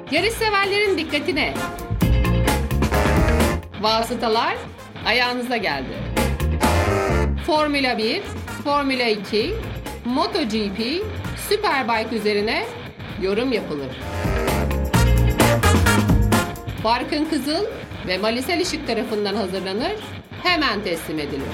Yarışseverlerin dikkatine. Vasıtalar ayağınıza geldi. Formula 1, Formula 2, MotoGP, Superbike üzerine yorum yapılır. Barkın Kızıl ve Malisel Işık tarafından hazırlanır, hemen teslim edilir.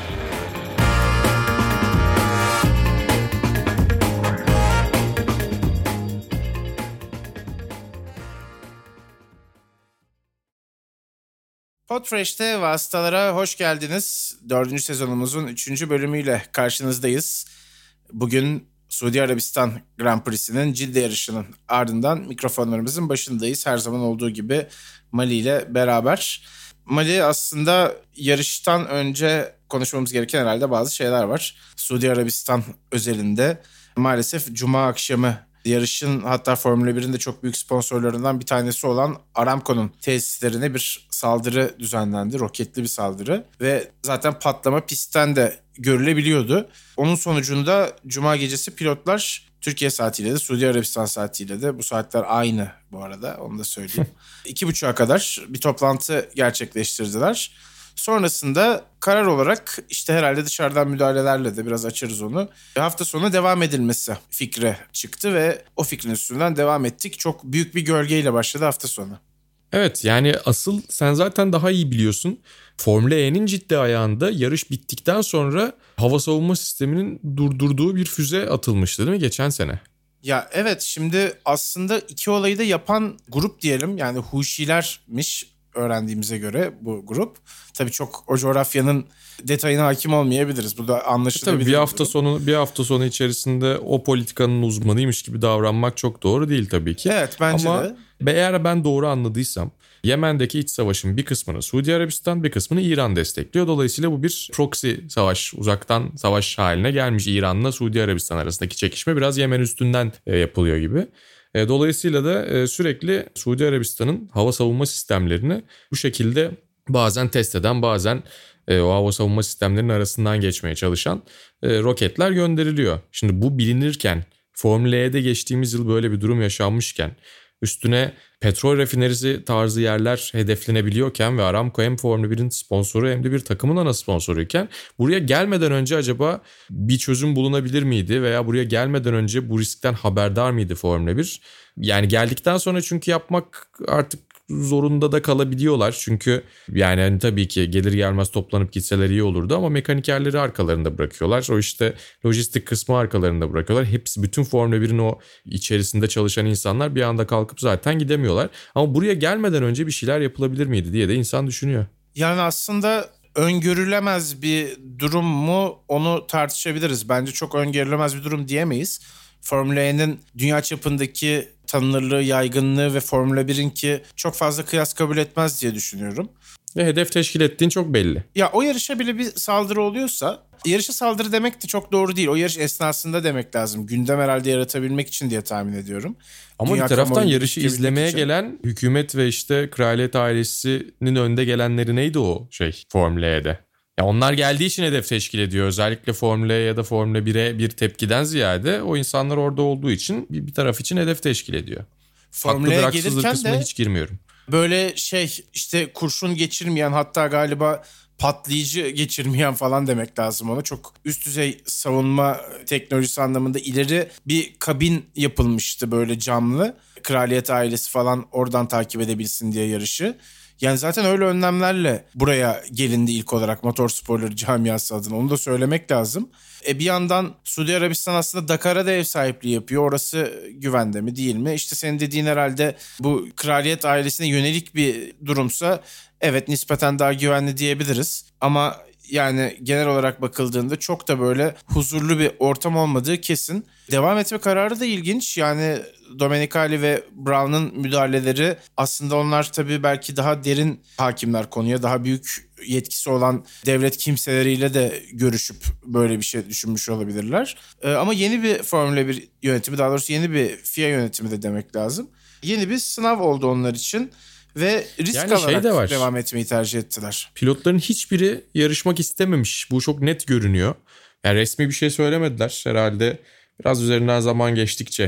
Podfresh'te Vasıtalara hoş geldiniz. 4. sezonumuzun 3. bölümüyle karşınızdayız. Bugün Suudi Arabistan Grand Prix'sinin Cidde yarışının ardından mikrofonlarımızın başındayız. Her zaman olduğu gibi Mali ile beraber. Mali, aslında yarıştan önce konuşmamız gereken herhalde bazı şeyler var. Suudi Arabistan özelinde maalesef Cuma akşamı yarışın, hatta Formula 1'in de çok büyük sponsorlarından bir tanesi olan Aramco'nun tesislerine bir saldırı düzenlendi. Roketli bir saldırı ve zaten patlama pistten de görülebiliyordu. Onun sonucunda Cuma gecesi pilotlar Türkiye saatiyle de Suudi Arabistan saatiyle de, bu saatler aynı bu arada, onu da söyleyeyim, 2.30'a kadar bir toplantı gerçekleştirdiler. Sonrasında karar olarak işte herhalde dışarıdan müdahalelerle de biraz açarız onu, hafta sonu devam edilmesi fikri çıktı ve o fikrin üstünden devam ettik. Çok büyük bir gölgeyle başladı hafta sonu. Evet, yani asıl sen zaten daha iyi biliyorsun. Formula E'nin ciddi ayağında yarış bittikten sonra hava savunma sisteminin durdurduğu bir füze atılmıştı değil mi geçen sene? Ya evet, şimdi aslında iki olayı da yapan grup diyelim, yani Huşilermiş öğrendiğimize göre bu grup. Tabii çok o coğrafyanın detayına hakim olmayabiliriz. Bu da anlaşılabilir. Tabii bir hafta sonu içerisinde o politikanın uzmanıymış gibi davranmak çok doğru değil tabii ki. Evet, bence ama de. Eğer ben doğru anladıysam Yemen'deki iç savaşın bir kısmını Suudi Arabistan, bir kısmını İran destekliyor. Dolayısıyla bu bir proxy savaş, uzaktan savaş haline gelmiş. İran'la Suudi Arabistan arasındaki çekişme biraz Yemen üstünden yapılıyor gibi. Dolayısıyla da sürekli Suudi Arabistan'ın hava savunma sistemlerini bu şekilde bazen test eden, bazen o hava savunma sistemlerinin arasından geçmeye çalışan roketler gönderiliyor. Şimdi bu bilinirken, Formula E'de geçtiğimiz yıl böyle bir durum yaşanmışken, üstüne petrol rafinerisi tarzı yerler hedeflenebiliyorken ve Aramco hem Formula 1'in sponsoru hem de bir takımın ana sponsoruyken, buraya gelmeden önce acaba bir çözüm bulunabilir miydi veya buraya gelmeden önce bu riskten haberdar mıydı Formula 1? Yani geldikten sonra çünkü yapmak artık zorunda da kalabiliyorlar. Çünkü yani hani tabii ki gelir gelmez toplanıp gitseler iyi olurdu ama mekanikerleri arkalarında bırakıyorlar. O işte lojistik kısmı arkalarında bırakıyorlar. Hepsi, bütün Formula 1'in o içerisinde çalışan insanlar bir anda kalkıp zaten gidemiyorlar. Ama buraya gelmeden önce bir şeyler yapılabilir miydi diye de insan düşünüyor. Yani aslında öngörülemez bir durum mu, onu tartışabiliriz. Bence çok öngörülemez bir durum diyemeyiz. Formula E'nin dünya çapındaki tanınırlığı, yaygınlığı ve Formula 1'inki çok fazla kıyas kabul etmez diye düşünüyorum. Ve hedef teşkil ettiğin çok belli. Ya o yarışa bile bir saldırı oluyorsa, yarışa saldırı demek de çok doğru değil. O yarış esnasında demek lazım. Gündem herhalde yaratabilmek için diye tahmin ediyorum. Ama Dünya bir taraftan kamuoyunu yarışı izlemeye gelen hükümet ve işte kraliyet ailesinin önde gelenleri neydi o Formula E'de? Ya onlar geldiği için hedef teşkil ediyor. Özellikle Formula E ya da Formula 1'e bir tepkiden ziyade o insanlar orada olduğu için bir taraf için hedef teşkil ediyor. Haklıdır, haksızdır kısmına hiç girmiyorum. Böyle işte kurşun geçirmeyen, hatta galiba patlayıcı geçirmeyen falan demek lazım ona. Çok üst düzey savunma teknolojisi anlamında ileri bir kabin yapılmıştı, böyle camlı. Kraliyet ailesi falan oradan takip edebilsin diye yarışı. Yani zaten öyle önlemlerle buraya gelindi ilk olarak motorsporları camiası adına, onu da söylemek lazım. Bir yandan Suudi Arabistan aslında Dakar'a da ev sahipliği yapıyor. Orası güvende mi değil mi? İşte senin dediğin herhalde bu kraliyet ailesine yönelik bir durumsa evet, nispeten daha güvenli diyebiliriz. Ama yani genel olarak bakıldığında çok da böyle huzurlu bir ortam olmadığı kesin. Devam etme kararı da ilginç. Yani Domenicali ve Brown'un müdahaleleri, aslında onlar tabii belki daha derin hakimler konuya, daha büyük yetkisi olan devlet kimseleriyle de görüşüp böyle bir şey düşünmüş olabilirler. Ama yeni bir Formula 1 yönetimi, daha doğrusu yeni bir FIA yönetimi de demek lazım. Yeni bir sınav oldu onlar için. Ve risk alarak devam etmeyi tercih ettiler. Pilotların hiçbiri yarışmak istememiş. Bu çok net görünüyor. Yani resmi bir şey söylemediler. Herhalde biraz üzerinden zaman geçtikçe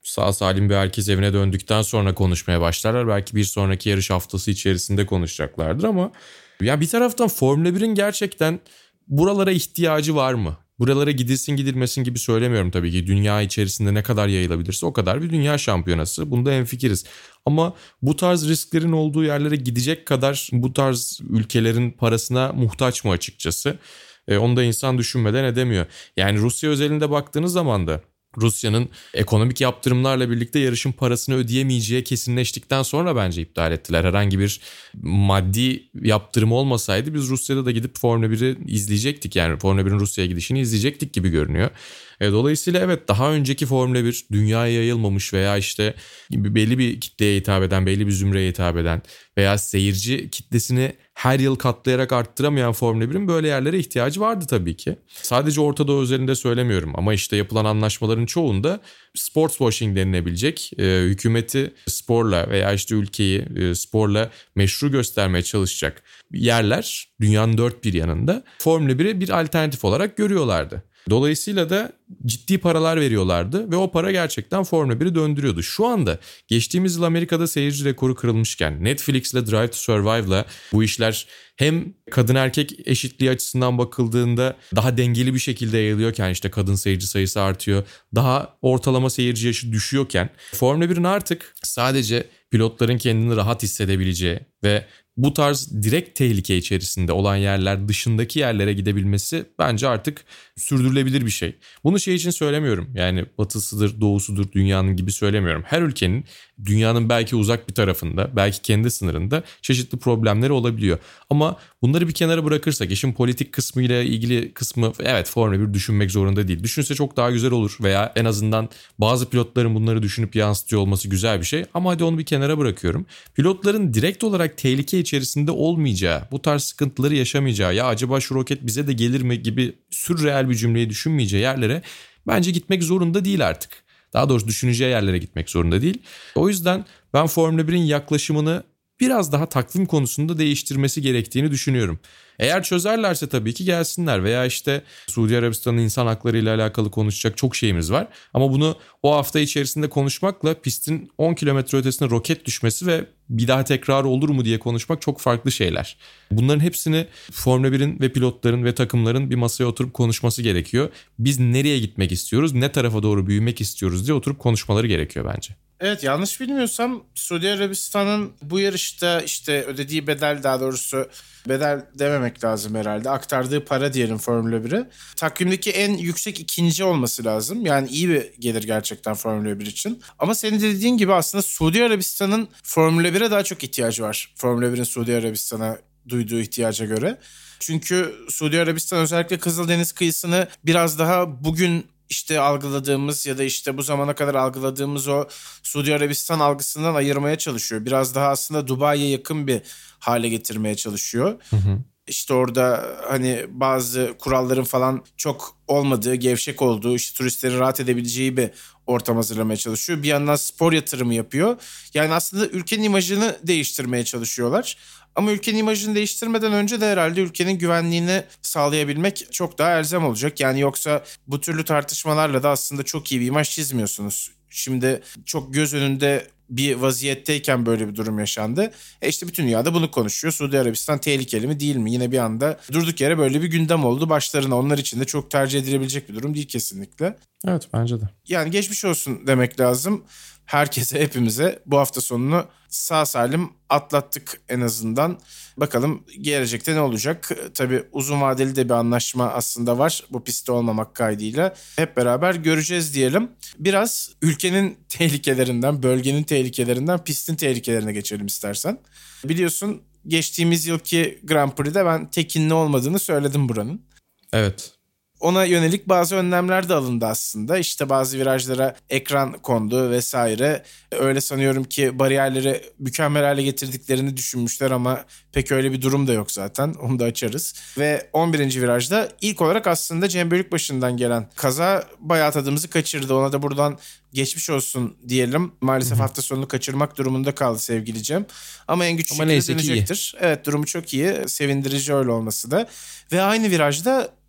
Sağ salim bir herkes evine döndükten sonra konuşmaya başlarlar. Belki bir sonraki yarış haftası içerisinde konuşacaklardır ama ya bir taraftan Formula 1'in gerçekten buralara ihtiyacı var mı? Buralara gidilsin gidilmesin gibi söylemiyorum tabii ki. Dünya içerisinde ne kadar yayılabilirse o kadar bir dünya şampiyonası. Bunda hemfikiriz. Ama bu tarz risklerin olduğu yerlere gidecek kadar bu tarz ülkelerin parasına muhtaç mı açıkçası? Onu da insan düşünmeden edemiyor. Yani Rusya özelinde baktığınız zaman da Rusya'nın ekonomik yaptırımlarla birlikte yarışın parasını ödeyemeyeceği kesinleştikten sonra bence iptal ettiler. Herhangi bir maddi yaptırım olmasaydı biz Rusya'da da gidip Formula 1'i izleyecektik. Yani Formula 1'in Rusya'ya gidişini izleyecektik gibi görünüyor. Dolayısıyla evet, daha önceki Formula 1 dünyaya yayılmamış veya işte belli bir kitleye hitap eden, belli bir zümreye hitap eden veya seyirci kitlesini her yıl katlayarak arttıramayan Formula 1'in böyle yerlere ihtiyacı vardı tabii ki. Sadece Orta Doğu özelinde söylemiyorum ama işte yapılan anlaşmaların çoğunda sports washing denilebilecek, hükümeti sporla veya işte ülkeyi sporla meşru göstermeye çalışacak yerler dünyanın dört bir yanında Formula 1'i bir alternatif olarak görüyorlardı. Dolayısıyla da ciddi paralar veriyorlardı ve o para gerçekten Formula 1'i döndürüyordu. Şu anda geçtiğimiz yıl Amerika'da seyirci rekoru kırılmışken Netflix'le Drive to Survive'la bu işler hem kadın erkek eşitliği açısından bakıldığında daha dengeli bir şekilde yayılıyorken, işte kadın seyirci sayısı artıyor, daha ortalama seyirci yaşı düşüyorken Formula 1'in artık sadece pilotların kendini rahat hissedebileceği ve bu tarz direkt tehlike içerisinde olan yerler dışındaki yerlere gidebilmesi bence artık sürdürülebilir bir şey. Bunu şey için söylemiyorum. Yani batısıdır, doğusudur, dünyanın gibi söylemiyorum. Her ülkenin dünyanın belki uzak bir tarafında, belki kendi sınırında çeşitli problemleri olabiliyor. Ama bunları bir kenara bırakırsak, işin politik kısmıyla ilgili kısmı, evet, Formula 1 düşünmek zorunda değil. Düşünse çok daha güzel olur veya en azından bazı pilotların bunları düşünüp yansıtıyor olması güzel bir şey. Ama hadi onu bir kenara bırakıyorum. Pilotların direkt olarak tehlike içerisinde olmayacağı, bu tarz sıkıntıları yaşamayacağı, ya acaba şu roket bize de gelir mi gibi sürreel bir cümleyi düşünmeyeceği yerlere bence gitmek zorunda değil artık. Daha doğrusu düşüneceği yerlere gitmek zorunda değil. O yüzden ben Formula 1'in yaklaşımını biraz daha takvim konusunda değiştirmesi gerektiğini düşünüyorum. Eğer çözerlerse tabii ki gelsinler veya işte Suudi Arabistan'ın insan hakları ile alakalı konuşacak çok şeyimiz var. Ama bunu o hafta içerisinde konuşmakla pistin 10 kilometre ötesine roket düşmesi ve bir daha tekrar olur mu diye konuşmak çok farklı şeyler. Bunların hepsini Formula 1'in ve pilotların ve takımların bir masaya oturup konuşması gerekiyor. Biz nereye gitmek istiyoruz, ne tarafa doğru büyümek istiyoruz diye oturup konuşmaları gerekiyor bence. Evet, yanlış bilmiyorsam Suudi Arabistan'ın bu yarışta işte ödediği bedel, daha doğrusu bedel dememek lazım herhalde, aktardığı para diyelim Formula 1'e, takvimdeki en yüksek ikinci olması lazım. Yani iyi bir gelir gerçekten Formula 1 için. Ama senin dediğin gibi aslında Suudi Arabistan'ın Formula 1'e daha çok ihtiyacı var. Formula 1'in Suudi Arabistan'a duyduğu ihtiyaca göre. Çünkü Suudi Arabistan özellikle Kızıldeniz kıyısını biraz daha bugün işte algıladığımız ya da işte bu zamana kadar algıladığımız o Suudi Arabistan algısından ayırmaya çalışıyor. Biraz daha aslında Dubai'ye yakın bir hale getirmeye çalışıyor. Hı hı. İşte orada hani bazı kuralların falan çok olmadığı, gevşek olduğu, işte turistlerin rahat edebileceği bir ortam hazırlamaya çalışıyor. Bir yandan spor yatırımı yapıyor. Yani aslında ülkenin imajını değiştirmeye çalışıyorlar. Ama ülkenin imajını değiştirmeden önce de herhalde ülkenin güvenliğini sağlayabilmek çok daha elzem olacak. Yani yoksa bu türlü tartışmalarla da aslında çok iyi bir imaj çizmiyorsunuz. Şimdi çok göz önünde bir vaziyetteyken böyle bir durum yaşandı. İşte bütün dünyada bunu konuşuyor. Suudi Arabistan tehlikeli mi değil mi? Yine bir anda durduk yere böyle bir gündem oldu başlarına. Onlar için de çok tercih edilebilecek bir durum değil kesinlikle. Evet, bence de. Yani geçmiş olsun demek lazım. Herkese, hepimize bu hafta sonunu sağ salim atlattık en azından. Bakalım gelecekte ne olacak? Tabii uzun vadeli de bir anlaşma aslında var bu pistte olmamak kaydıyla. Hep beraber göreceğiz diyelim. Biraz ülkenin tehlikelerinden, bölgenin tehlikelerinden pistin tehlikelerine geçelim istersen. Biliyorsun geçtiğimiz yılki Grand Prix'de ben tekinli olmadığını söyledim buranın. Evet. Ona yönelik bazı önlemler de alındı aslında. İşte bazı virajlara ekran kondu vesaire. Öyle sanıyorum ki bariyerleri mükemmel hale getirdiklerini düşünmüşler ama pek öyle bir durum da yok zaten. Onu da açarız. Ve 11. virajda ilk olarak aslında Cem Bölükbaşı'ndan gelen kaza bayağı tadımızı kaçırdı. Ona da buradan geçmiş olsun diyelim. Maalesef hafta sonunu kaçırmak durumunda kaldı sevgili Cem. Ama en güçlü şekilde dönecektir. Evet, durumu çok iyi. Sevindirici öyle olması da. Ve aynı virajda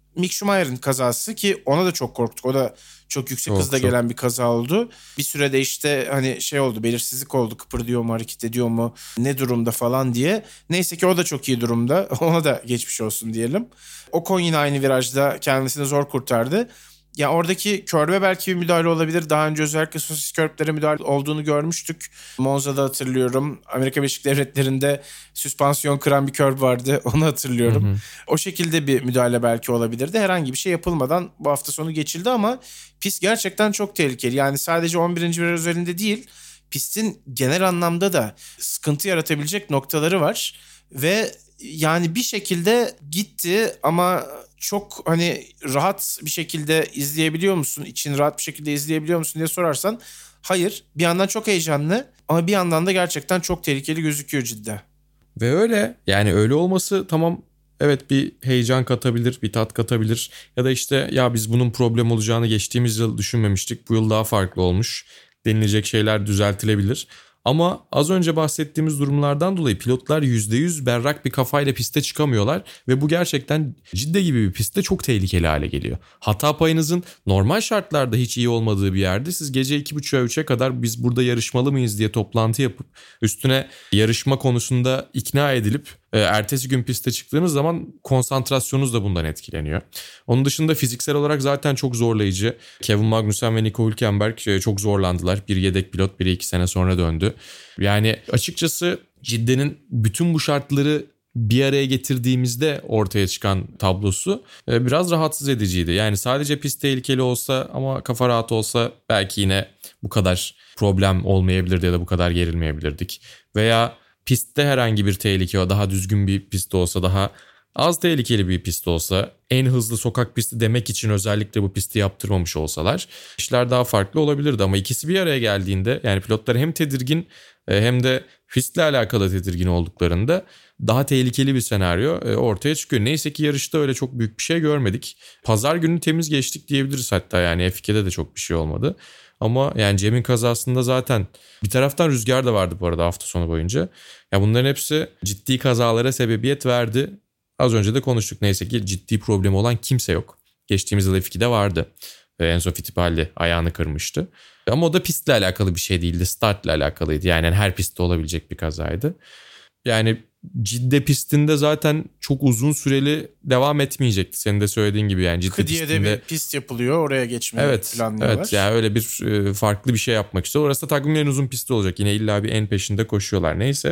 Mick Schumacher'in kazası ki ona da çok korktuk. O da çok yüksek hızda gelen bir kaza oldu. Bir sürede işte hani şey oldu, belirsizlik oldu. Kıpırdıyor mu, hareket ediyor mu, ne durumda falan diye. Neyse ki o da çok iyi durumda. Ona da geçmiş olsun diyelim. Ocon yine aynı virajda kendisini zor kurtardı. Ya oradaki körbe belki bir müdahale olabilir. Daha önce özellikle sosis körplere müdahale olduğunu görmüştük. Monza'da hatırlıyorum. Amerika Birleşik Devletleri'nde süspansiyon kıran bir körb vardı. Onu hatırlıyorum. Hı hı. O şekilde bir müdahale belki olabilirdi. Herhangi bir şey yapılmadan bu hafta sonu geçildi ama pist gerçekten çok tehlikeli. Yani sadece 11. viraj üzerinde değil, pistin genel anlamda da sıkıntı yaratabilecek noktaları var. Ve yani bir şekilde gitti ama çok hani rahat bir şekilde izleyebiliyor musun? İçin rahat bir şekilde izleyebiliyor musun diye sorarsan hayır. Bir yandan çok heyecanlı ama bir yandan da gerçekten çok tehlikeli gözüküyor cidden. Ve öyle yani öyle olması tamam, evet, bir heyecan katabilir, bir tat katabilir. Ya da işte ya biz bunun problem olacağını geçtiğimiz yıl düşünmemiştik. Bu yıl daha farklı olmuş denilecek şeyler düzeltilebilir. Ama az önce bahsettiğimiz durumlardan dolayı pilotlar %100 berrak bir kafayla piste çıkamıyorlar ve bu gerçekten Cidde gibi bir pistte çok tehlikeli hale geliyor. Hata payınızın normal şartlarda hiç iyi olmadığı bir yerde siz gece 2.30'a 3'e kadar biz burada yarışmalı mıyız diye toplantı yapıp üstüne yarışma konusunda ikna edilip ertesi gün piste çıktığınız zaman konsantrasyonunuz da bundan etkileniyor. Onun dışında fiziksel olarak zaten çok zorlayıcı. Kevin Magnussen ve Nico Hülkenberg çok zorlandılar. Biri yedek pilot, biri 2 sene sonra döndü. Yani açıkçası Cidde'nin bütün bu şartları bir araya getirdiğimizde ortaya çıkan tablosu biraz rahatsız ediciydi. Yani sadece pist tehlikeli olsa ama kafa rahat olsa belki yine bu kadar problem olmayabilirdi ya da bu kadar gerilmeyebilirdik. Veya pistte herhangi bir tehlike, daha düzgün bir pist olsa, daha az tehlikeli bir pist olsa, en hızlı sokak pisti demek için özellikle bu pisti yaptırmamış olsalar işler daha farklı olabilirdi. Ama ikisi bir araya geldiğinde yani pilotlar hem tedirgin hem de pistle alakalı tedirgin olduklarında daha tehlikeli bir senaryo ortaya çıkıyor. Neyse ki yarışta öyle çok büyük bir şey görmedik. Pazar günü temiz geçtik diyebiliriz hatta, yani F2'de de çok bir şey olmadı. Ama yani Cem'in kazasında zaten bir taraftan rüzgar da vardı bu arada hafta sonu boyunca. Ya bunların hepsi ciddi kazalara sebebiyet verdi. Az önce de konuştuk, neyse ki ciddi problemi olan kimse yok. Geçtiğimiz yıl F2'de vardı. Enzo Fittipaldi ayağını kırmıştı. Ama o da pistle alakalı bir şey değildi. Startla alakalıydı. Yani her pistte olabilecek bir kazaydı. Yani Cidde pistinde zaten çok uzun süreli devam etmeyecekti. Senin de söylediğin gibi yani Cidde pistinde. Kıdiye'de bir pist yapılıyor. Oraya geçmeyi planlıyorlar. Evet, yani öyle bir farklı bir şey yapmak istiyor. Orası da takvimin en uzun pisti olacak. Yine illa bir en peşinde koşuyorlar. Neyse.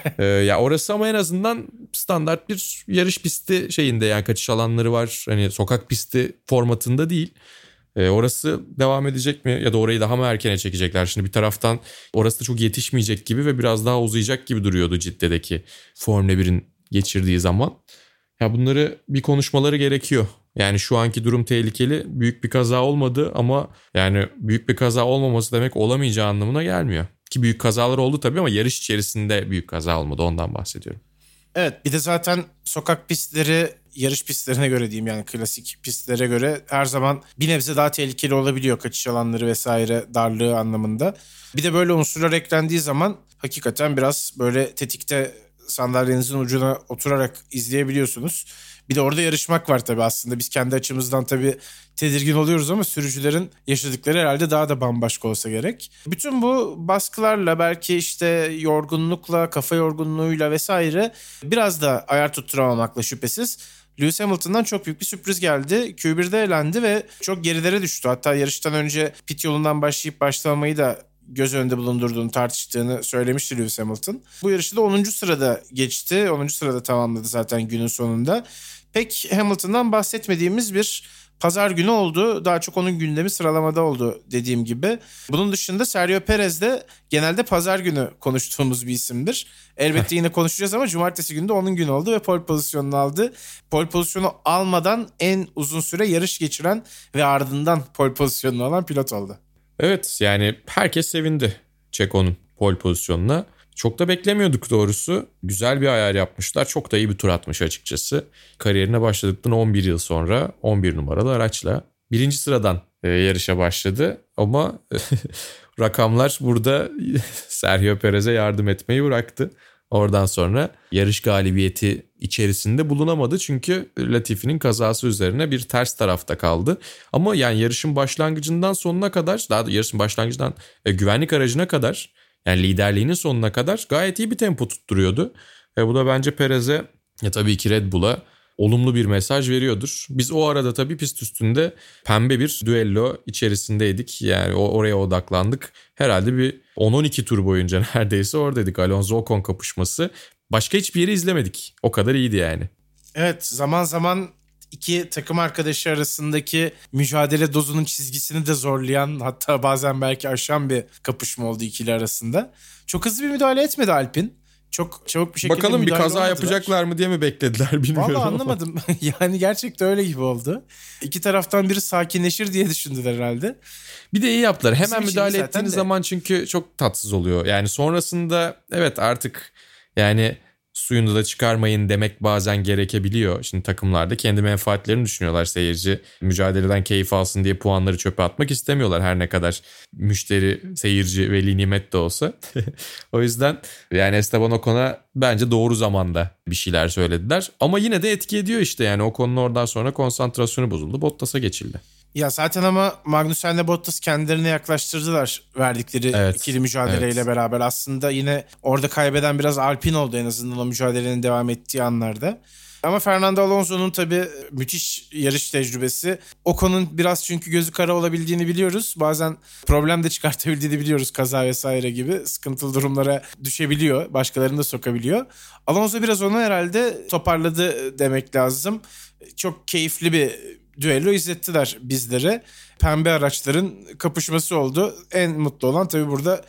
Ya orası ama en azından standart bir yarış pisti şeyinde, yani kaçış alanları var. Hani sokak pisti formatında değil. Orası devam edecek mi ya da orayı daha mı erkene çekecekler? Şimdi bir taraftan orası da çok yetişmeyecek gibi ve biraz daha uzayacak gibi duruyordu Cidde'deki Formula 1'in geçirdiği zaman. Ya bunları bir konuşmaları gerekiyor. Yani şu anki durum tehlikeli. Büyük bir kaza olmadı ama yani büyük bir kaza olmaması demek olamayacağı anlamına gelmiyor. Ki büyük kazalar oldu tabii ama yarış içerisinde büyük kaza olmadı, ondan bahsediyorum. Evet, bir de zaten sokak pistleri yarış pistlerine göre diyeyim, yani klasik pistlere göre her zaman bir nebze daha tehlikeli olabiliyor, kaçış alanları vesaire darlığı anlamında. Bir de böyle unsurlar eklendiği zaman hakikaten biraz böyle tetikte sandalyenizin ucuna oturarak izleyebiliyorsunuz. Bir de orada yarışmak var tabii aslında. Biz kendi açımızdan tabii tedirgin oluyoruz ama sürücülerin yaşadıkları herhalde daha da bambaşka olsa gerek. Bütün bu baskılarla, belki işte yorgunlukla, kafa yorgunluğuyla vesaire biraz da ayar tutturamamakla şüphesiz Lewis Hamilton'dan çok büyük bir sürpriz geldi. Q1'de elendi ve çok gerilere düştü. Hatta yarıştan önce pit yolundan başlayıp başlamamayı da göz önünde bulundurduğunu, tartıştığını söylemişti Lewis Hamilton. Bu yarışı da 10. sırada geçti. 10. sırada tamamladı zaten günün sonunda. Pek Hamilton'dan bahsetmediğimiz bir pazar günü oldu. Daha çok onun gündemi sıralamada oldu dediğim gibi. Bunun dışında Sergio Perez de genelde pazar günü konuştuğumuz bir isimdir. Elbette yine konuşacağız ama cumartesi günü de onun günü oldu ve pole pozisyonunu aldı. Pole pozisyonu almadan en uzun süre yarış geçiren ve ardından pole pozisyonunu alan pilot oldu. Evet, yani herkes sevindi Checo'nun pole pozisyonuna. Çok da beklemiyorduk doğrusu. Güzel bir ayar yapmışlar. Çok da iyi bir tur atmış açıkçası. Kariyerine başladıktan 11 yıl sonra 11 numaralı araçla 1. sıradan yarışa başladı. Ama rakamlar burada Sergio Perez'e yardım etmeyi bıraktı. Oradan sonra yarış galibiyeti içerisinde bulunamadı. Çünkü Latifi'nin kazası üzerine bir ters tarafta kaldı. Ama yani yarışın başlangıcından sonuna kadar, daha da yarışın başlangıcından güvenlik aracına kadar, yani liderliğinin sonuna kadar gayet iyi bir tempo tutturuyordu. Bu da bence Perez'e, tabii ki Red Bull'a olumlu bir mesaj veriyordur. Biz o arada tabii pist üstünde pembe bir düello içerisindeydik. Yani oraya odaklandık. Herhalde bir 10-12 tur boyunca neredeyse oradaydık. Alonso-Ocon kapışması. Başka hiçbir yeri izlemedik. O kadar iyiydi yani. Evet, zaman zaman iki takım arkadaşı arasındaki mücadele dozunun çizgisini de zorlayan, hatta bazen belki aşan bir kapışma oldu ikili arasında. Çok hızlı bir müdahale etmedi Alpine. Çok çabuk bir şekilde bakalım bir kaza olmadılar. Yapacaklar mı diye mi beklediler bilmiyorum. Vallahi anlamadım. Yani gerçekten öyle gibi oldu. İki taraftan biri sakinleşir diye düşündüler herhalde. Bir de iyi yaptılar. Bizim Hemen müdahale ettiğiniz zaman çünkü çok tatsız oluyor. Yani sonrasında evet artık yani suyunu da çıkarmayın demek bazen gerekebiliyor. Şimdi takımlarda kendi menfaatlerini düşünüyorlar. Seyirci mücadeleden keyif alsın diye puanları çöpe atmak istemiyorlar. Her ne kadar müşteri, seyirci veli nimet de olsa. O yüzden yani Esteban Ocon'a bence doğru zamanda bir şeyler söylediler. Ama yine de etki ediyor işte yani Ocon'un oradan sonra konsantrasyonu bozuldu. Bottas'a geçildi. Ya zaten ama Magnussen'le Bottas kendilerine yaklaştırdılar verdikleri ikili mücadeleyle beraber. Aslında yine orada kaybeden biraz Alpine oldu en azından o mücadelenin devam ettiği anlarda. Ama Fernando Alonso'nun tabii müthiş yarış tecrübesi. Ocon'un biraz çünkü gözü kara olabildiğini biliyoruz. Bazen problem de çıkartabildiğini biliyoruz, kaza vesaire gibi sıkıntılı durumlara düşebiliyor. Başkalarını da sokabiliyor. Alonso biraz onu herhalde toparladı demek lazım. Çok keyifli bir düello izlettiler bizlere. Pembe araçların kapışması oldu. En mutlu olan tabii burada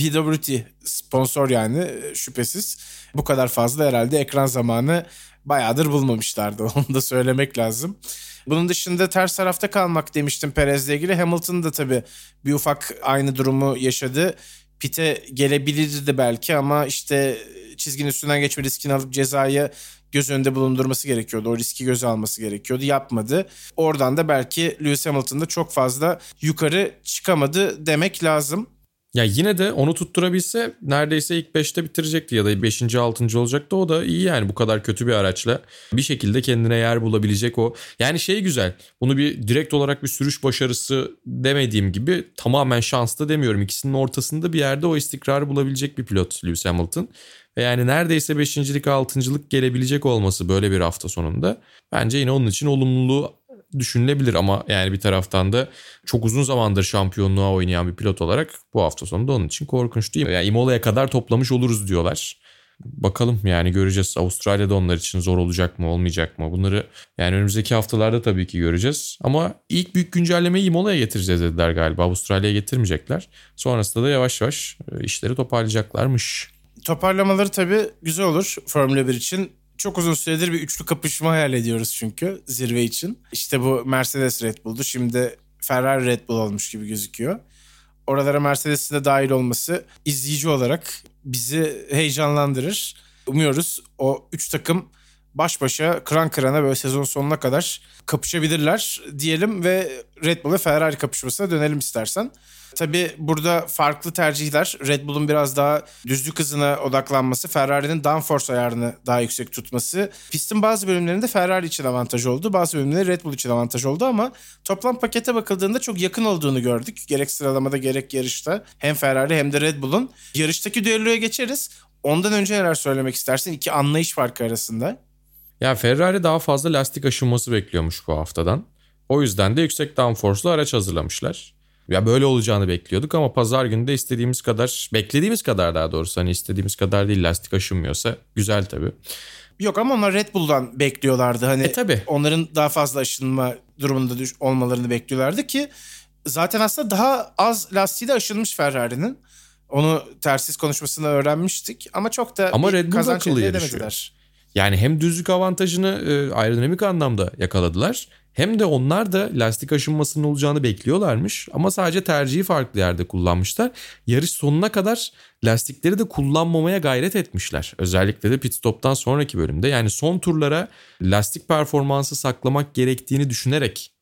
BWT sponsor yani şüphesiz. Bu kadar fazla herhalde ekran zamanı bayağıdır bulmamışlardı. Onu da söylemek lazım. Bunun dışında ters tarafta kalmak demiştim Perez'le ilgili. Hamilton da tabii bir ufak aynı durumu yaşadı. Pit'e gelebilirdi belki ama işte çizginin üstünden geçme riskini alıp cezayı göz önünde bulundurması gerekiyordu. O riski göze alması gerekiyordu. Yapmadı. Oradan da belki Lewis Hamilton'da çok fazla yukarı çıkamadı demek lazım. Ya yine de onu tutturabilse neredeyse ilk 5'te bitirecekti ya da 5. 6. olacaktı. O da iyi yani bu kadar kötü bir araçla bir şekilde kendine yer bulabilecek o. Yani şey güzel. Bunu bir direkt olarak bir sürüş başarısı demediğim gibi tamamen şanslı demiyorum. İkisinin ortasında bir yerde o istikrarı bulabilecek bir pilot Lewis Hamilton. Ve yani neredeyse 5.'lik 6.'lık gelebilecek olması böyle bir hafta sonunda bence yine onun için olumluluğu düşünülebilir ama yani bir taraftan da çok uzun zamandır şampiyonluğa oynayan bir pilot olarak bu hafta sonu da onun için korkunç değil mi? Yani Imola'ya kadar toplamış oluruz diyorlar. Bakalım yani göreceğiz. Avustralya'da onlar için zor olacak mı olmayacak mı? Bunları yani önümüzdeki haftalarda tabii ki göreceğiz. Ama ilk büyük güncellemeyi Imola'ya getireceğiz dediler galiba. Avustralya'ya getirmeyecekler. Sonrasında da yavaş yavaş işleri toparlayacaklarmış. Toparlamaları tabii güzel olur Formula 1 için. Çok uzun süredir bir üçlü kapışma hayal ediyoruz çünkü zirve için. İşte bu Mercedes Red Bull'du. Şimdi Ferrari Red Bull olmuş gibi gözüküyor. Oralara Mercedes'in de dahil olması izleyici olarak bizi heyecanlandırır. Umuyoruz o üç takım baş başa kıran kırana böyle sezon sonuna kadar kapışabilirler diyelim ve Red Bull ve Ferrari kapışmasına dönelim istersen. Tabii burada farklı tercihler. Red Bull'un biraz daha düzlük hızına odaklanması, Ferrari'nin downforce ayarını daha yüksek tutması. Pistin bazı bölümlerinde Ferrari için avantaj oldu, bazı bölümlerinde Red Bull için avantaj oldu ama toplam pakete bakıldığında çok yakın olduğunu gördük. Gerek sıralamada gerek yarışta hem Ferrari hem de Red Bull'un. Yarıştaki düelloya geçeriz. Ondan önce neler söylemek istersin iki anlayış farkı arasında? Ya Ferrari daha fazla lastik aşınması bekliyormuş bu haftadan. O yüzden de yüksek downforce'lu araç hazırlamışlar. Ya böyle olacağını bekliyorduk ama pazar günü de istediğimiz kadar, beklediğimiz kadar daha doğrusu hani istediğimiz kadar değil lastik aşınmıyorsa güzel tabii. Yok ama onlar Red Bull'dan bekliyorlardı. Hani tabii. Onların daha fazla aşınma durumunda olmalarını bekliyorlardı ki zaten aslında daha az lastiği de aşınmış Ferrari'nin. Onu tersiz konuşmasını öğrenmiştik ama çok da ama Red Bull kazanç elde yarışıyor. edemediler. Yani hem düzlük avantajını aerodinamik anlamda yakaladılar. Hem de onlar da lastik aşınmasının olacağını bekliyorlarmış. Ama sadece tercihi farklı yerde kullanmışlar. Yarış sonuna kadar lastikleri de kullanmamaya gayret etmişler. Özellikle de pit stop'tan sonraki bölümde. Yani son turlara lastik performansı saklamak gerektiğini düşünerek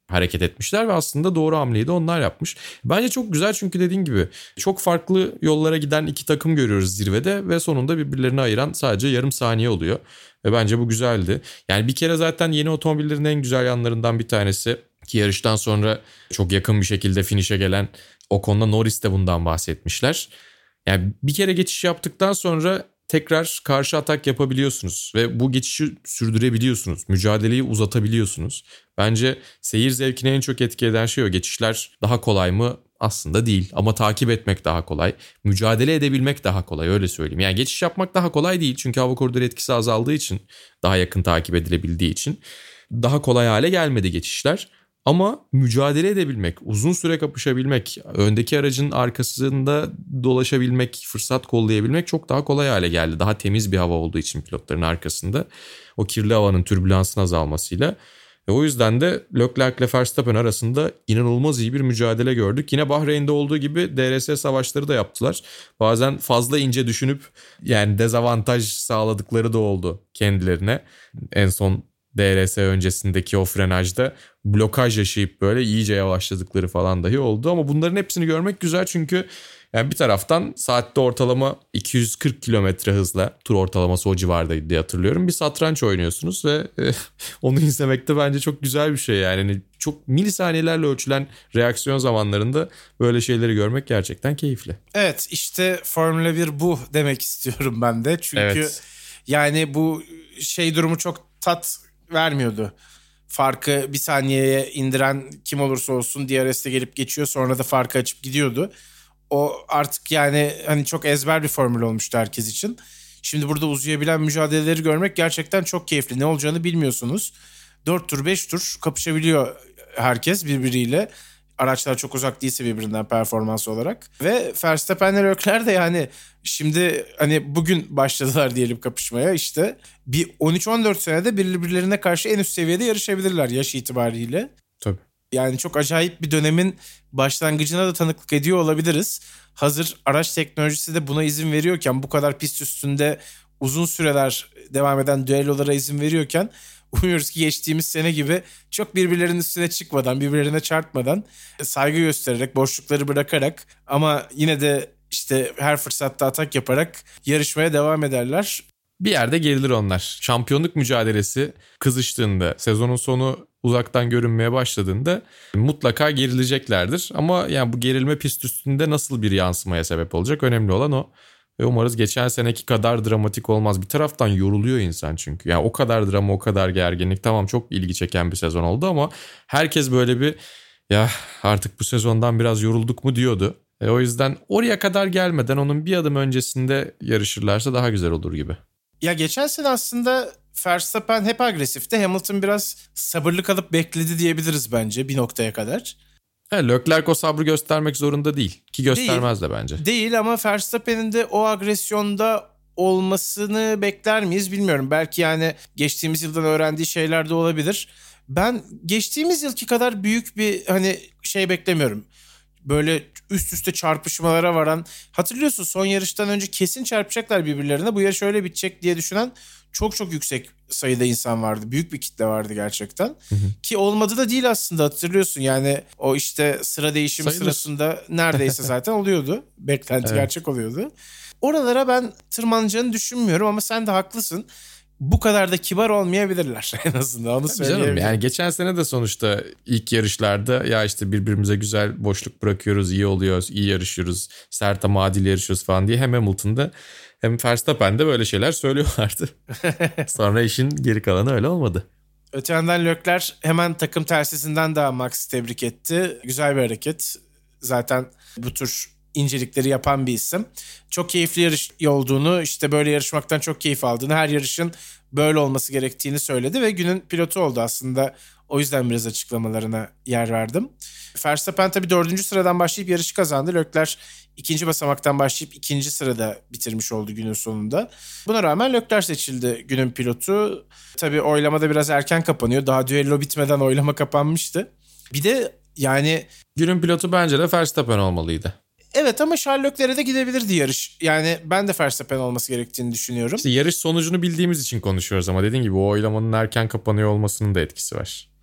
hareket etmişler ve aslında doğru hamleyi de onlar yapmış. Bence çok güzel çünkü dediğin gibi çok farklı yollara giden iki takım görüyoruz zirvede ve sonunda birbirlerini ayıran sadece yarım saniye oluyor. Ve bence bu güzeldi. Yani bir kere zaten yeni otomobillerin en güzel yanlarından bir tanesi ki yarıştan sonra çok yakın bir şekilde finish'e gelen Ocon'la Norris de bundan bahsetmişler. Yani bir kere geçiş yaptıktan sonra tekrar karşı atak yapabiliyorsunuz ve bu geçişi sürdürebiliyorsunuz. Mücadeleyi uzatabiliyorsunuz. Bence seyir zevkine en çok etki eden şey o. Geçişler daha kolay mı? Aslında değil ama takip etmek daha kolay. Mücadele edebilmek daha kolay, öyle söyleyeyim. Yani geçiş yapmak daha kolay değil çünkü hava koridoru etkisi azaldığı için, daha yakın takip edilebildiği için daha kolay hale gelmedi geçişler. Ama mücadele edebilmek, uzun süre kapışabilmek, öndeki aracın arkasında dolaşabilmek, fırsat kollayabilmek çok daha kolay hale geldi. Daha temiz bir hava olduğu için pilotların arkasında. O kirli havanın türbülansın azalmasıyla. Ve o yüzden de Leclerc ile Verstappen arasında inanılmaz iyi bir mücadele gördük. Yine Bahreyn'de olduğu gibi DRS savaşları da yaptılar. Bazen fazla ince düşünüp yani dezavantaj sağladıkları da oldu kendilerine. En son DRS öncesindeki o frenajda blokaj yaşayıp böyle iyice yavaşladıkları falan dahi oldu. Ama bunların hepsini görmek güzel çünkü yani bir taraftan saatte ortalama 240 kilometre hızla, tur ortalaması o civardaydı diye hatırlıyorum, bir satranç oynuyorsunuz ve onu izlemek de bence çok güzel bir şey yani. Çok milisaniyelerle ölçülen reaksiyon zamanlarında böyle şeyleri görmek gerçekten keyifli. Evet, işte Formula 1 bu demek istiyorum ben de. Çünkü evet. Yani bu durumu çok tat vermiyordu. Farkı bir saniyeye indiren kim olursa olsun DRS'de gelip geçiyor, sonra da farkı açıp gidiyordu. O artık yani hani çok ezber bir formül olmuştu herkes için. Şimdi burada uzayabilen mücadeleleri görmek gerçekten çok keyifli. Ne olacağını bilmiyorsunuz. 4 tur 5 tur kapışabiliyor herkes birbiriyle. Araçlar çok uzak değilse birbirinden performans olarak. Ve Verstappen'le Leclerc de yani şimdi hani bugün başladılar diyelim kapışmaya, işte bir 13-14 senede birbirlerine karşı en üst seviyede yarışabilirler yaş itibariyle. Tabii. Yani çok acayip bir dönemin başlangıcına da tanıklık ediyor olabiliriz. Hazır araç teknolojisi de buna izin veriyorken, bu kadar pist üstünde uzun süreler devam eden düellolara izin veriyorken, umuyoruz ki geçtiğimiz sene gibi çok birbirlerinin üstüne çıkmadan, birbirlerine çarpmadan, saygı göstererek, boşlukları bırakarak ama yine de işte her fırsatta atak yaparak yarışmaya devam ederler. Bir yerde gerilir onlar. Şampiyonluk mücadelesi kızıştığında, sezonun sonu uzaktan görünmeye başladığında mutlaka gerileceklerdir. Ama yani bu gerilme pist üstünde nasıl bir yansımaya sebep olacak? Önemli olan o. Ve umarız geçen seneki kadar dramatik olmaz. Bir taraftan yoruluyor insan çünkü. Yani o kadar drama, o kadar gerginlik. Tamam, çok ilgi çeken bir sezon oldu ama herkes böyle bir ya artık bu sezondan biraz yorulduk mu diyordu. O yüzden oraya kadar gelmeden onun bir adım öncesinde yarışırlarsa daha güzel olur gibi. Ya geçen sene aslında Verstappen hep agresifti. Hamilton biraz sabırlı kalıp bekledi diyebiliriz bence bir noktaya kadar. Leclerc o sabrı göstermek zorunda değil. Ki göstermez de bence. Değil ama Verstappen'in de o agresyonda olmasını bekler miyiz bilmiyorum. Belki yani geçtiğimiz yıldan öğrendiği şeyler de olabilir. Ben geçtiğimiz yılki kadar büyük bir beklemiyorum. Böyle üst üste çarpışmalara varan, hatırlıyorsun son yarıştan önce kesin çarpacaklar birbirlerine, bu yarış öyle bitecek diye düşünen çok çok yüksek sayıda insan vardı. Büyük bir kitle vardı gerçekten. Hı hı. Ki olmadı da değil aslında, hatırlıyorsun yani o işte sıra değişimi sayılır. Sırasında neredeyse zaten oluyordu. Beklenti Evet. gerçek oluyordu. Oralara ben tırmanacağını düşünmüyorum ama sen de haklısın. Bu kadar da kibar olmayabilirler en azından, onu söyleyebilirim. Yani geçen sene de sonuçta ilk yarışlarda ya işte birbirimize güzel boşluk bırakıyoruz, iyi oluyoruz, iyi yarışıyoruz, sert ama adil yarışıyoruz falan diye hem Hamilton'da hem Verstappen'de böyle şeyler söylüyorlardı. Sonra işin geri kalanı öyle olmadı. Öte yandan Leclerc hemen takım tersisinden daha Max'i tebrik etti. Güzel bir hareket. Zaten bu tür incelikleri yapan bir isim. Çok keyifli yarış olduğunu, işte böyle yarışmaktan çok keyif aldığını, her yarışın böyle olması gerektiğini söyledi ve günün pilotu oldu aslında. O yüzden biraz açıklamalarına yer verdim. Verstappen tabii 4. sıradan başlayıp yarışı kazandı. Leclerc 2. basamaktan başlayıp 2. sırada bitirmiş oldu günün sonunda. Buna rağmen Leclerc seçildi günün pilotu. Tabii oylamada biraz erken kapanıyor. Daha düello bitmeden oylama kapanmıştı. Bir de yani Günün pilotu bence de Verstappen olmalıydı. evet ama Charles Leclerc'e de gidebilirdi yarış. Yani ben de Verstappen olması gerektiğini düşünüyorum. İşte yarış sonucunu bildiğimiz için konuşuyoruz ama dediğin gibi o oylamanın erken kapanıyor olmasının da etkisi var.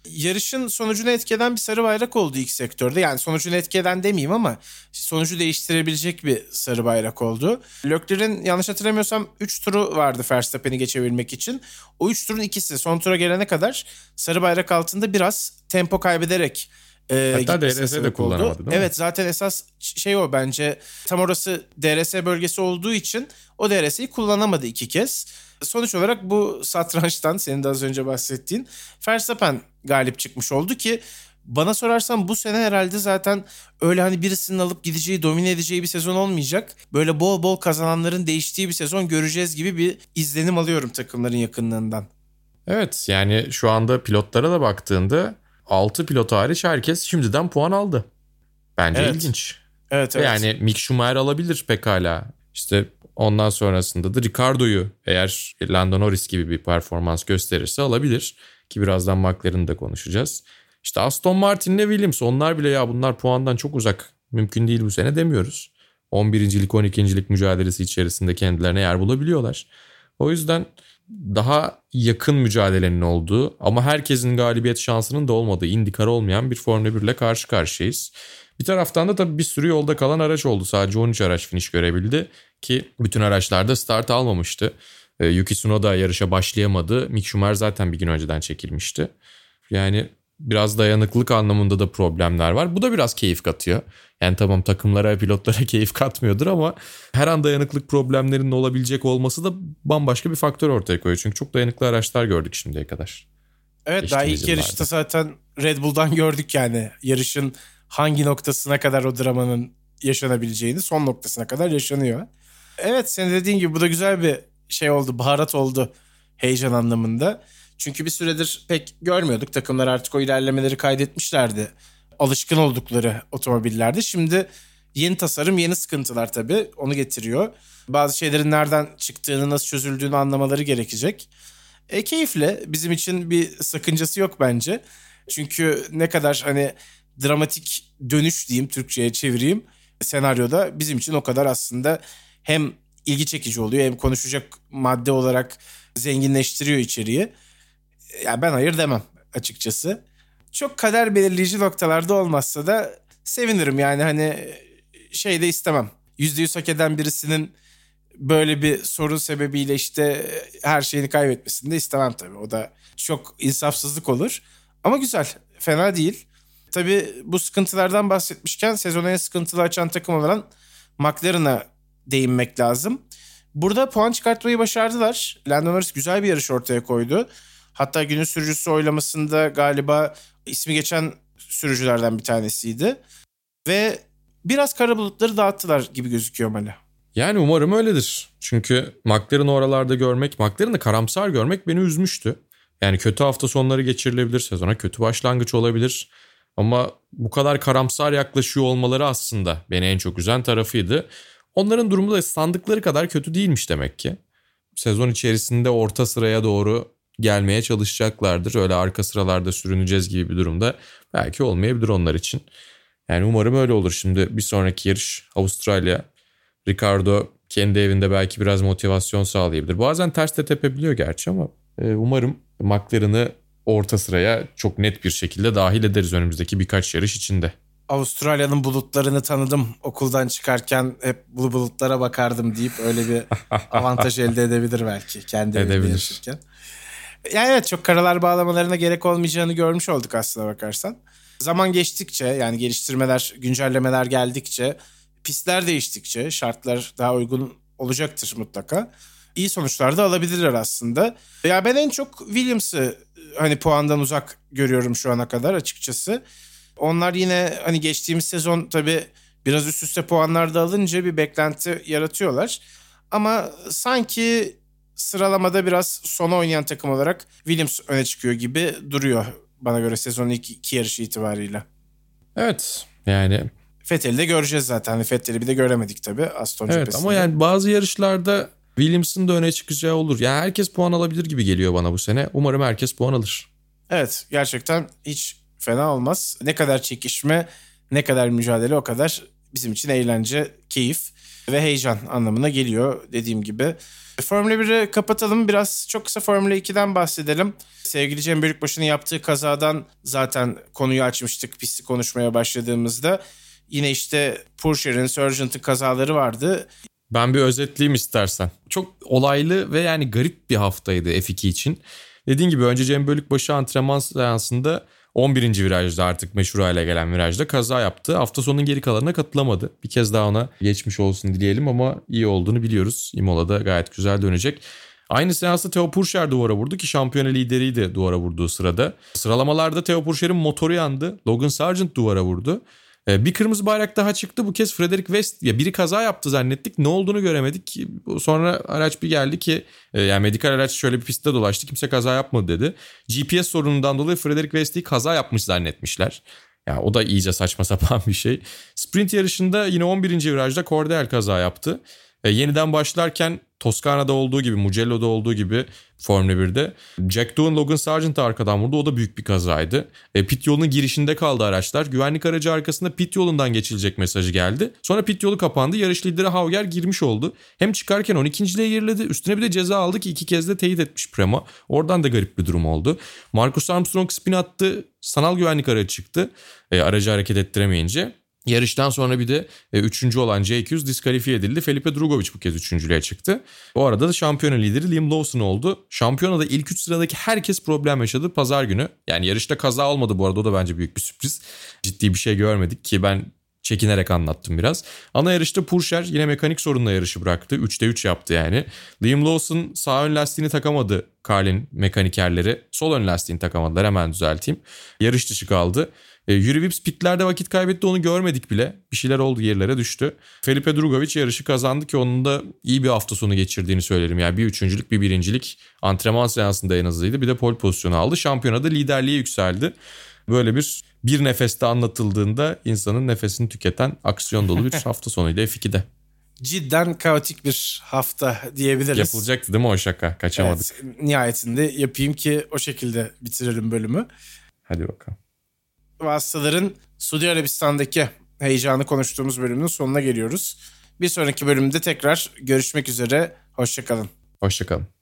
Yarışın sonucunu etkileyen bir sarı bayrak oldu ilk sektörde. Yani sonucunu etkileyen demeyeyim ama sonucu değiştirebilecek bir sarı bayrak oldu. Leclerc'in yanlış hatırlamıyorsam 3 turu vardı Verstappen'i geçebilmek için. O 3 turun ikisi son tura gelene kadar sarı bayrak altında biraz tempo kaybederek hatta DRS de kullanamadı değil mi? Evet, zaten esas şey o bence. Tam orası DRS bölgesi olduğu için o DRS'yi kullanamadı 2 kez. Sonuç olarak bu satrançtan senin de az önce bahsettiğin Verstappen galip çıkmış oldu ki bana sorarsan bu sene herhalde zaten öyle hani birisinin alıp gideceği, domine edeceği bir sezon olmayacak. Böyle bol bol kazananların değiştiği bir sezon göreceğiz gibi bir izlenim alıyorum takımların yakınlığından. Evet, yani şu anda pilotlara da baktığında 6 pilot hariç herkes şimdiden puan aldı. Bence Evet. ilginç. Evet. Yani Mick Schumacher alabilir pekala. İşte ondan sonrasında da Ricardo'yu eğer Lando Norris gibi bir performans gösterirse alabilir. Ki birazdan McLaren'ı da konuşacağız. İşte Aston Martin'le Williams, onlar bile ya bunlar puandan çok uzak, mümkün değil bu sene demiyoruz. 11.lik 12.lik mücadelesi içerisinde kendilerine yer bulabiliyorlar. O yüzden daha yakın mücadelenin olduğu ama herkesin galibiyet şansının da olmadığı, IndyCar olmayan bir Formula 1 ile karşı karşıyayız. Bir taraftan da tabii bir sürü yolda kalan araç oldu. Sadece 13 araç finish görebildi ki bütün araçlarda start almamıştı. Yuki Tsunoda yarışa başlayamadı. Mick Schumacher zaten bir gün önceden çekilmişti. Yani biraz dayanıklılık anlamında da problemler var. Bu da biraz keyif katıyor. Yani tamam, takımlara, pilotlara keyif katmıyordur ama her an dayanıklık problemlerinin olabilecek olması da bambaşka bir faktör ortaya koyuyor. Çünkü çok dayanıklı araçlar gördük şimdiye kadar. Evet, daha ilk yarışta zaten Red Bull'dan gördük yani yarışın hangi noktasına kadar o dramanın yaşanabileceğini, son noktasına kadar yaşanıyor. Evet, senin dediğin gibi bu da güzel bir şey oldu, baharat oldu heyecan anlamında. Çünkü bir süredir pek görmüyorduk. Takımlar artık o ilerlemeleri kaydetmişlerdi. Alışkın oldukları otomobillerde. Şimdi yeni tasarım, yeni sıkıntılar tabii onu getiriyor. Bazı şeylerin nereden çıktığını, nasıl çözüldüğünü anlamaları gerekecek. Keyifli. Bizim için bir sakıncası yok bence. Çünkü ne kadar hani dramatik dönüş diyeyim, Türkçe'ye çevireyim senaryoda bizim için o kadar aslında hem ilgi çekici oluyor hem konuşacak madde olarak zenginleştiriyor içeriği. Ya ben hayır demem açıkçası. Çok kader belirleyici noktalarda olmazsa da sevinirim yani hani şey de istemem. %100 hak eden birisinin böyle bir sorun sebebiyle işte her şeyini kaybetmesini de istemem tabii. O da çok insafsızlık olur. Ama güzel, fena değil. Tabii bu sıkıntılardan bahsetmişken sezonu en sıkıntılı açan takım olan McLaren'a değinmek lazım. Burada puan çıkartmayı başardılar. Lando Norris güzel bir yarış ortaya koydu. Hatta günün sürücüsü oylamasında galiba ismi geçen sürücülerden bir tanesiydi. Ve biraz kara bulutları dağıttılar gibi gözüküyor Mali. Yani umarım öyledir. Çünkü McLaren'ı oralarda görmek, McLaren'ı karamsar görmek beni üzmüştü. Yani kötü hafta sonları geçirilebilir, sezona kötü başlangıç olabilir. Ama bu kadar karamsar yaklaşıyor olmaları aslında beni en çok üzen tarafıydı. Onların durumu da sandıkları kadar kötü değilmiş demek ki. Sezon içerisinde orta sıraya doğru gelmeye çalışacaklardır. Öyle arka sıralarda sürüneceğiz gibi bir durumda belki olmayabilir onlar için. Yani umarım öyle olur. Şimdi bir sonraki yarış Avustralya. Ricardo kendi evinde belki biraz motivasyon sağlayabilir. Bazen ters de tepebiliyor gerçi ama umarım McLaren'ı orta sıraya çok net bir şekilde dahil ederiz önümüzdeki birkaç yarış içinde. Avustralya'nın bulutlarını tanıdım. Okuldan çıkarken hep bu bulutlara bakardım deyip öyle bir avantaj elde edebilir belki kendi evinde yaşarken. Yani evet, çok karalar bağlamalarına gerek olmayacağını görmüş olduk aslına bakarsan. Zaman geçtikçe yani geliştirmeler, güncellemeler geldikçe, pistler değiştikçe şartlar daha uygun olacaktır mutlaka. İyi sonuçlar da alabilirler aslında. Ya ben en çok Williams'ı hani puandan uzak görüyorum şu ana kadar açıkçası. Onlar yine hani geçtiğimiz sezon tabii biraz üst üste puanlar da alınca bir beklenti yaratıyorlar. Ama sanki sıralamada biraz sona oynayan takım olarak Williams öne çıkıyor gibi duruyor bana göre sezonun ilk iki yarışı itibariyle. Evet yani. Vettel'i de göreceğiz zaten. Vettel'i bir de göremedik tabii Aston evet, cephesinde. ama yani bazı yarışlarda Williams'ın da öne çıkacağı olur. Yani herkes puan alabilir gibi geliyor bana bu sene. Umarım herkes puan alır. Evet, gerçekten hiç fena olmaz. Ne kadar çekişme, ne kadar mücadele o kadar bizim için eğlence, keyif. ve heyecan anlamına geliyor dediğim gibi. Formula 1'i kapatalım. Biraz çok kısa Formula 2'den bahsedelim. Sevgili Cem Bölükbaşı'nın yaptığı kazadan zaten konuyu açmıştık pisti konuşmaya başladığımızda. Yine işte Pourchaire'in, Sargent'ın kazaları vardı. Ben bir özetleyeyim istersen. Çok olaylı ve yani garip bir haftaydı F2 için. Dediğim gibi önce Cem Bölükbaşı antrenman seansında 11. virajda, artık meşhur hale gelen virajda kaza yaptı. Hafta sonunun geri kalanına katılamadı. Bir kez daha ona geçmiş olsun dileyelim ama iyi olduğunu biliyoruz. Imola'da gayet güzel dönecek. Aynı seansta Theo Pourchaire duvara vurdu ki şampiyona lideriydi duvara vurduğu sırada. Sıralamalarda Theo Pourchaire'in motoru yandı. Logan Sargent duvara vurdu. Bir kırmızı bayrak daha çıktı. Bu kez Frederick West, ya biri kaza yaptı zannettik. Ne olduğunu göremedik. Sonra araç bir geldi ki yani medikal araç şöyle bir pistte dolaştı. Kimse kaza yapmadı dedi. GPS sorunundan dolayı Frederick West'i kaza yapmış zannetmişler. Yani o da iyice saçma sapan bir şey. Sprint yarışında yine 11. virajda Cordeel kaza yaptı. Yeniden başlarken Toskana'da olduğu gibi, Mugello'da olduğu gibi Formula 1'de Jack Doohan Logan Sargent'ı arkadan vurdu. O da büyük bir kazaydı. Pit yolunun girişinde kaldı araçlar. Güvenlik aracı arkasında pit yolundan geçilecek mesajı geldi. Sonra pit yolu kapandı. Yarış lideri Hauger girmiş oldu. Hem çıkarken 12.liğe geriledi. Üstüne bir de ceza aldı ki 2 kez de teyit etmiş Prema. Oradan da garip bir durum oldu. Marcus Armstrong spin attı. Sanal güvenlik aracı çıktı. Aracı hareket ettiremeyince. Yarıştan sonra bir de 3. olan J200 diskalifiye edildi. Felipe Drugovich bu kez 3.lüğe çıktı. O arada da şampiyona lideri Liam Lawson oldu. Şampiyonada ilk 3 sıradaki herkes problem yaşadı pazar günü. Yani yarışta kaza olmadı bu arada, o da bence büyük bir sürpriz. Ciddi bir şey görmedik ki ben çekinerek anlattım biraz. Ana yarışta Pourchaire yine mekanik sorunla yarışı bıraktı. 3'te 3 yaptı yani. Liam Lawson sağ ön lastiğini takamadı Carlin mekanikerleri. Sol ön lastiğini takamadılar, hemen düzelteyim. Yarış dışı kaldı. Yuri Vips pitlerde vakit kaybetti, onu görmedik bile. Bir şeyler oldu, yerlere düştü. Felipe Drugovich yarışı kazandı ki onun da iyi bir hafta sonu geçirdiğini söylerim. Yani bir 3.lük bir 1.lik antrenman seansında en azıydı. Bir de pole pozisyonu aldı. Şampiyonada liderliğe yükseldi. Böyle bir nefeste anlatıldığında insanın nefesini tüketen aksiyon dolu bir hafta sonuydu F2'de. Cidden kaotik bir hafta diyebiliriz. Yapılacaktı değil mi o şaka? Kaçamadık. Evet, nihayetinde yapayım ki o şekilde bitirelim bölümü. Hadi bakalım. Vasıtaların Suudi Arabistan'daki heyecanı konuştuğumuz bölümün sonuna geliyoruz. Bir sonraki bölümde tekrar görüşmek üzere. Hoşça kalın. Hoşça kalın.